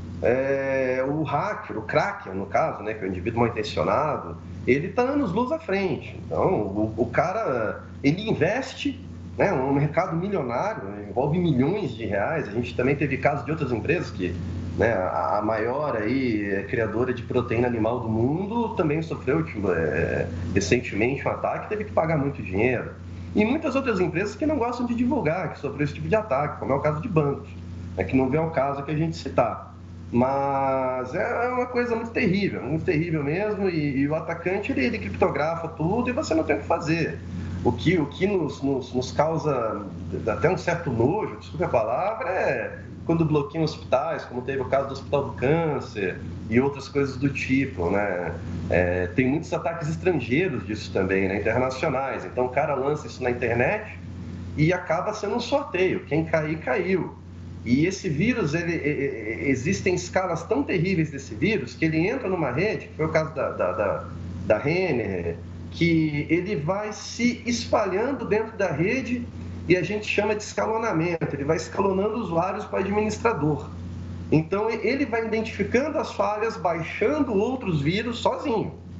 é, o hacker, o cracker, no caso, né, que é o indivíduo mal intencionado, ele está anos-luz à frente. Então, o, o cara, ele investe, né, um mercado milionário, envolve milhões de reais. A gente também teve casos de outras empresas que, né, a maior aí, criadora de proteína animal do mundo também sofreu tipo, é, recentemente um ataque, teve que pagar muito dinheiro. E muitas outras empresas que não gostam de divulgar, que sofreram esse tipo de ataque, como é o caso de bancos, né, que não vem ao caso que a gente citar. Mas é uma coisa muito terrível, muito terrível mesmo, e, e o atacante, ele, ele criptografa tudo e você não tem o que fazer. O que, o que nos, nos, nos causa até um certo nojo, desculpe a palavra, é quando bloqueiam hospitais, como teve o caso do Hospital do Câncer e outras coisas do tipo, né? É, tem muitos ataques estrangeiros disso também, né? Internacionais. Então o cara lança isso na internet e acaba sendo um sorteio. Quem cair, caiu. E esse vírus, ele, ele, existem escalas tão terríveis desse vírus que ele entra numa rede, que foi o caso da, da, da, da Renner, que ele vai se espalhando dentro da rede e a gente chama de escalonamento, ele vai escalonando usuários para o administrador. Então, ele vai identificando as falhas, baixando outros vírus sozinho.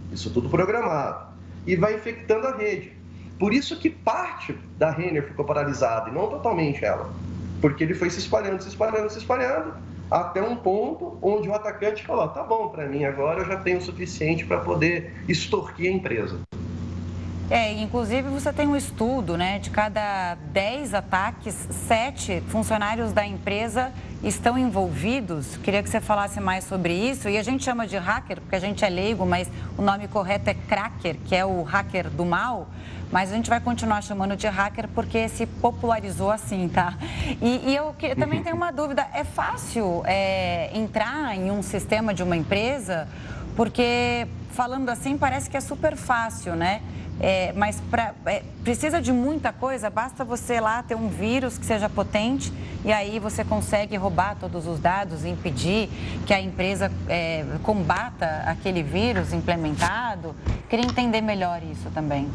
isso tudo programado, e vai infectando a rede. Por isso que parte da Renner ficou paralisada, e não totalmente ela, porque ele foi se espalhando, se espalhando, se espalhando, até um ponto onde o atacante falou, tá bom para mim, agora eu já tenho o suficiente para poder extorquir a empresa. É, inclusive você tem um estudo, né, de cada dez ataques, sete funcionários da empresa estão envolvidos. Queria que você falasse mais sobre isso. E a gente chama de hacker, porque a gente é leigo, mas o nome correto é cracker, que é o hacker do mal. Mas a gente vai continuar chamando de hacker porque se popularizou assim, tá? E, e eu que, também tenho uma dúvida, é fácil é, entrar em um sistema de uma empresa? Porque falando assim parece que é super fácil, né? É, mas pra, é, precisa de muita coisa, basta você lá ter um vírus que seja potente e aí você consegue roubar todos os dados e impedir que a empresa é, combata aquele vírus implementado. Queria entender melhor isso também.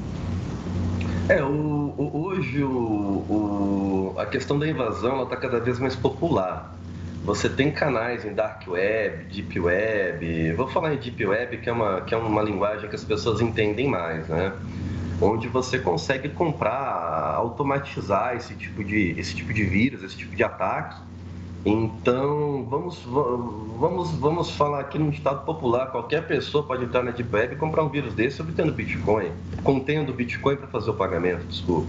É, o, o, hoje o, o, a questão da invasão está cada vez mais popular. Você tem canais em Dark Web, Deep Web, vou falar em Deep Web, que é uma, que é uma linguagem que as pessoas entendem mais, né? Onde você consegue comprar, automatizar esse tipo de, esse tipo de vírus, esse tipo de ataque. Então, vamos, vamos, vamos falar aqui num ditado popular, qualquer pessoa pode entrar na Deep Web e comprar um vírus desse obtendo Bitcoin, contendo Bitcoin para fazer o pagamento, desculpe.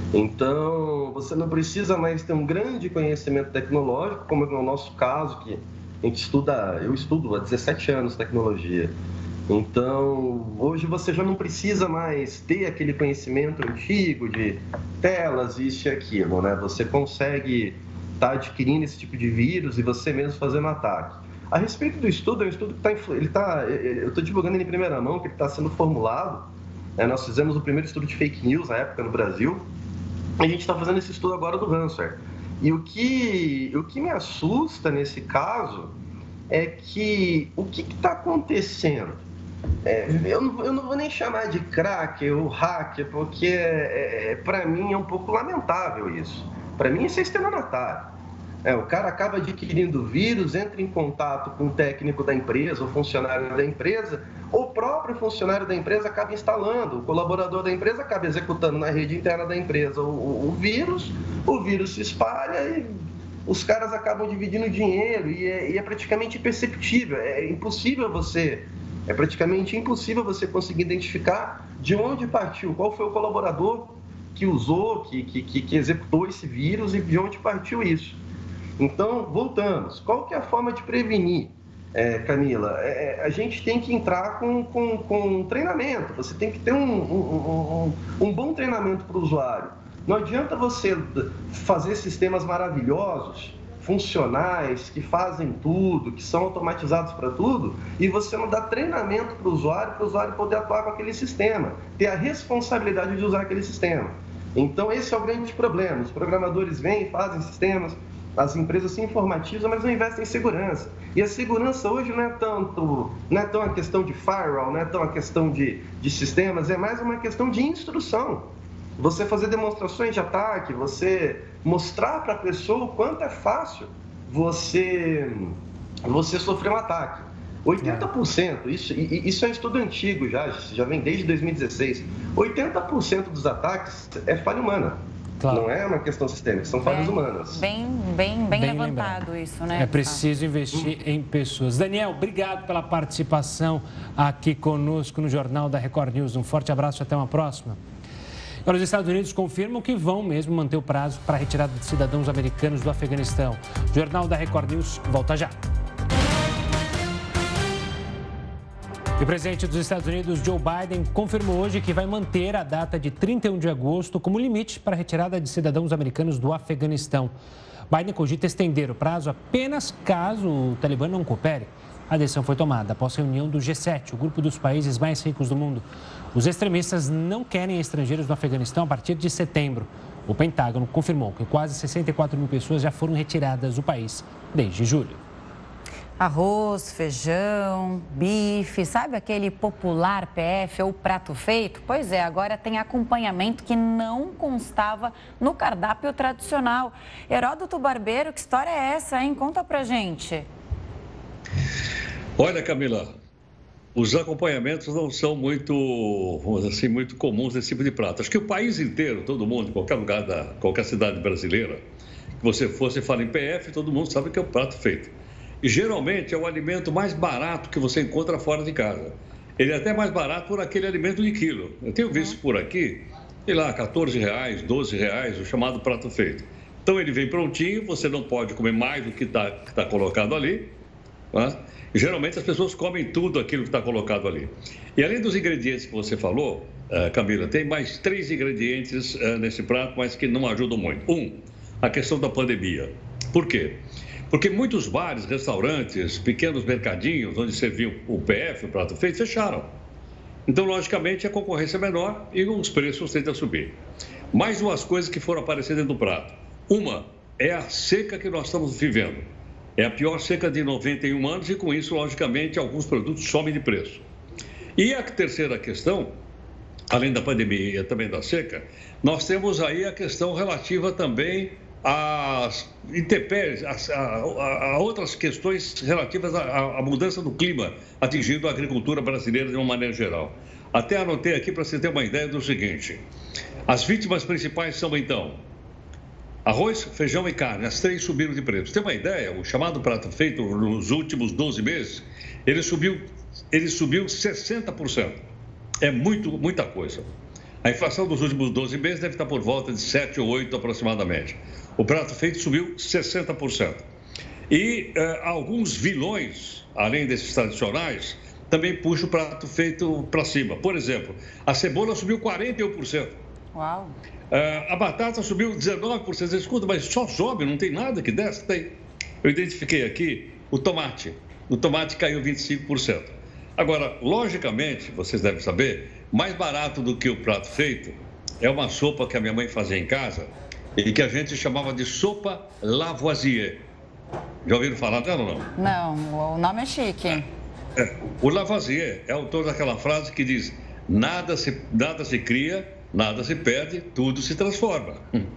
Então, você não precisa mais ter um grande conhecimento tecnológico, como é no nosso caso, que a gente estuda, eu estudo há dezessete anos tecnologia. Então, hoje você já não precisa mais ter aquele conhecimento antigo de telas, isso e aquilo, né? Você consegue estar adquirindo esse tipo de vírus e você mesmo fazendo ataque. A respeito do estudo, é um estudo que está, ele tá, eu estou divulgando ele em primeira mão, que ele está sendo formulado. Né? Nós fizemos o primeiro estudo de fake news na época no Brasil. A gente está fazendo esse estudo agora do ransomware. E o que, o que me assusta nesse caso é que o que está acontecendo? É, eu, não, eu não vou nem chamar de cracker ou hacker, porque é, é, para mim é um pouco lamentável isso. Para mim isso é estelionatário. É, o cara acaba adquirindo vírus, entra em contato com o técnico da empresa, o funcionário da empresa, o próprio funcionário da empresa acaba instalando, o colaborador da empresa acaba executando na rede interna da empresa o, o, o vírus, o vírus se espalha e os caras acabam dividindo dinheiro e é, e é praticamente imperceptível, é impossível você, é praticamente impossível você conseguir identificar de onde partiu, qual foi o colaborador que usou, que, que, que executou esse vírus e de onde partiu isso. Então, voltamos. Qual que é a forma de prevenir, é, Camila? É, a gente tem que entrar com, com, com treinamento. Você tem que ter um, um, um, um bom treinamento para o usuário. Não adianta você fazer sistemas maravilhosos, funcionais, que fazem tudo, que são automatizados para tudo, e você não dá treinamento para o usuário, para o usuário poder atuar com aquele sistema, ter a responsabilidade de usar aquele sistema. Então, esse é o grande problema. Os programadores vêm, fazem sistemas, as empresas se informatizam, mas não investem em segurança. E a segurança hoje não é tanto, não é tão a questão de firewall, não é tão a questão de, de sistemas, é mais uma questão de instrução. Você fazer demonstrações de ataque, você mostrar para a pessoa o quanto é fácil você, você sofrer um ataque. oitenta por cento, isso, isso é um estudo antigo já, já vem desde dois mil e dezesseis. oitenta por cento dos ataques é falha humana. Claro. Não é uma questão sistêmica, são falhas é, humanas. Bem, bem, bem, bem levantado lembrado. Isso, né? É preciso investir hum. em pessoas. Daniel, obrigado pela participação aqui conosco no Jornal da Record News. Um forte abraço e até uma próxima. Agora, os Estados Unidos confirmam que vão mesmo manter o prazo para a retirada de cidadãos americanos do Afeganistão. O Jornal da Record News volta já. E o presidente dos Estados Unidos, Joe Biden, confirmou hoje que vai manter a data de trinta e um de agosto como limite para a retirada de cidadãos americanos do Afeganistão. Biden cogita estender o prazo apenas caso o Talibã não coopere. A decisão foi tomada após a reunião do G sete, o grupo dos países mais ricos do mundo. Os extremistas não querem estrangeiros no Afeganistão a partir de setembro. O Pentágono confirmou que quase sessenta e quatro mil pessoas já foram retiradas do país desde julho. Arroz, feijão, bife, sabe aquele popular P F ou prato feito? Pois é, agora tem acompanhamento que não constava no cardápio tradicional. Heródoto Barbeiro, que história é essa, hein? Conta pra gente. Olha, Camila, os acompanhamentos não são muito, assim, muito comuns nesse tipo de prato. Acho que o país inteiro, todo mundo, em qualquer lugar da qualquer cidade brasileira, que você for, você fala em P F, todo mundo sabe que é o prato feito. E geralmente é o alimento mais barato que você encontra fora de casa. Ele é até mais barato por aquele alimento de quilo. Eu tenho visto por aqui, sei lá, quatorze reais, doze reais, o chamado prato feito. Então ele vem prontinho, você não pode comer mais do que está que tá colocado ali, né? Geralmente as pessoas comem tudo aquilo que está colocado ali. E além dos ingredientes que você falou, Camila, tem mais três ingredientes nesse prato, mas que não ajudam muito. Um, a questão da pandemia. Por quê? Porque muitos bares, restaurantes, pequenos mercadinhos, onde serviam o P F, o prato feito, fecharam. Então, logicamente, a concorrência é menor e os preços tendem a subir. Mais duas coisas que foram aparecendo dentro do prato. Uma é a seca que nós estamos vivendo. É a pior seca de noventa e um anos e, com isso, logicamente, alguns produtos sobem de preço. E a terceira questão, além da pandemia e também da seca, nós temos aí a questão relativa também às intempéries, a, a, a outras questões relativas à, à mudança do clima atingindo a agricultura brasileira de uma maneira geral. Até anotei aqui para você ter uma ideia do seguinte: as vítimas principais são, então, arroz, feijão e carne, as três subiram de preço. Tem uma ideia? O chamado prato feito nos últimos doze meses, ele subiu, ele subiu sessenta por cento. É muito, muita coisa. A inflação dos últimos doze meses deve estar por volta de sete ou oito aproximadamente. O prato feito subiu sessenta por cento. E eh, alguns vilões, além desses tradicionais, também puxam o prato feito para cima. Por exemplo, a cebola subiu quarenta e um por cento. Uau! Uh, a batata subiu dezenove por cento. Você escuta, mas só sobe, não tem nada que desce? Tem. Eu identifiquei aqui o tomate. O tomate caiu vinte e cinco por cento. Agora, logicamente, vocês devem saber, mais barato do que o prato feito é uma sopa que a minha mãe fazia em casa e que a gente chamava de sopa Lavoisier. Já ouviram falar dela ou não? Não, o nome é chique. É, é. O Lavoisier é autor daquela frase que diz: nada se, nada se cria, nada se perde, tudo se transforma.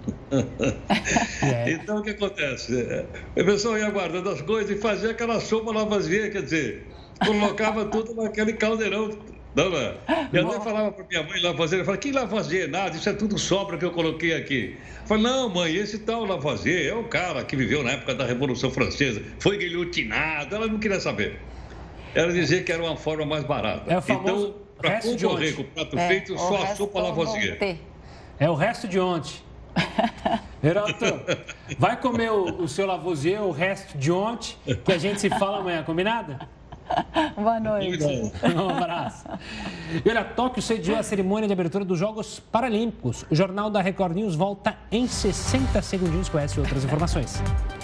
É. Então, o que acontece? A pessoa ia guardando as coisas e fazia aquela sopa Lavoisier, quer dizer, colocava tudo naquele caldeirão. Não, não. Eu até falava para minha mãe Lavoisier, eu falava, que Lavoisier? Nada, isso é tudo sobra que eu coloquei aqui. Eu falei, não, mãe, esse tal Lavoisier é o cara que viveu na época da Revolução Francesa, foi guilhotinado, ela não queria saber. Ela dizia que era uma forma mais barata. É o famoso... Então, para concorrer com o prato é, feito, só a sopa Lavoisier. É o resto de ontem. Heroto, vai comer o, o seu Lavoisier, o resto de ontem, que a gente se fala amanhã, combinado? Boa noite. Um abraço. E olha, Tóquio sediou a cerimônia de abertura dos Jogos Paralímpicos. O Jornal da Record News volta em sessenta segundinhos com essa e outras informações.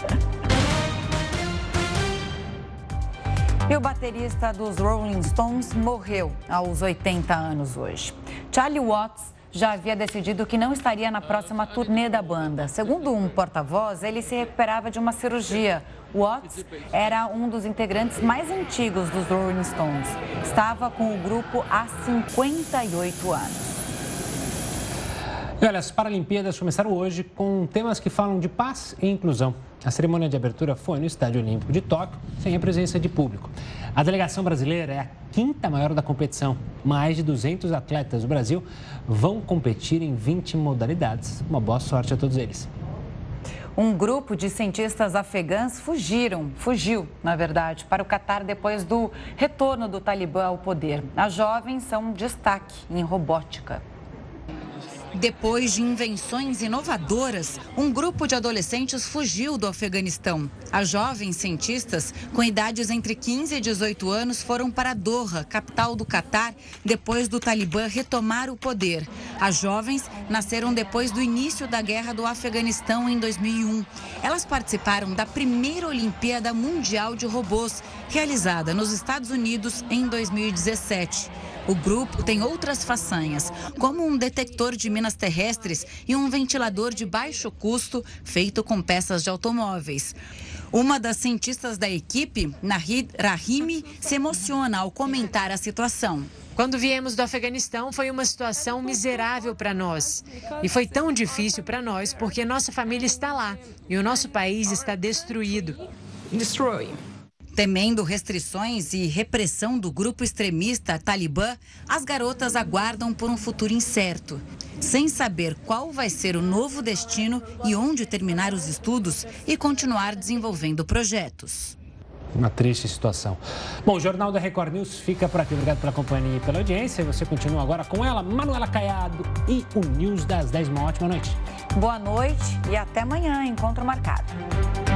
E o baterista dos Rolling Stones morreu aos oitenta anos hoje. Charlie Watts já havia decidido que não estaria na próxima turnê da banda. Segundo um porta-voz, ele se recuperava de uma cirurgia. Watts era um dos integrantes mais antigos dos Rolling Stones. Estava com o grupo há cinquenta e oito anos. E olha, as Paralimpíadas começaram hoje com temas que falam de paz e inclusão. A cerimônia de abertura foi no Estádio Olímpico de Tóquio, sem a presença de público. A delegação brasileira é a quinta maior da competição. Mais de duzentos atletas do Brasil vão competir em vinte modalidades. Uma boa sorte a todos eles. Um grupo de cientistas afegãs fugiram, fugiu, na verdade, para o Catar depois do retorno do Talibã ao poder. As jovens são destaque em robótica. Depois de invenções inovadoras, um grupo de adolescentes fugiu do Afeganistão. As jovens cientistas, com idades entre quinze e dezoito anos, foram para Doha, capital do Catar, depois do Talibã retomar o poder. As jovens nasceram depois do início da guerra do Afeganistão em dois mil e um. Elas participaram da primeira Olimpíada Mundial de Robôs, realizada nos Estados Unidos em dois mil e dezessete. O grupo tem outras façanhas, como um detector de minas terrestres e um ventilador de baixo custo feito com peças de automóveis. Uma das cientistas da equipe, Nahid Rahimi, se emociona ao comentar a situação. Quando viemos do Afeganistão, foi uma situação miserável para nós. E foi tão difícil para nós porque nossa família está lá e o nosso país está destruído. Destroy. Temendo restrições e repressão do grupo extremista Talibã, as garotas aguardam por um futuro incerto. Sem saber qual vai ser o novo destino e onde terminar os estudos e continuar desenvolvendo projetos. Uma triste situação. Bom, o Jornal da Record News fica por aqui. Obrigado pela companhia e pela audiência. Você continua agora com ela, Manuela Caiado, e o News das dez. Uma ótima noite. Boa noite e até amanhã. Encontro marcado.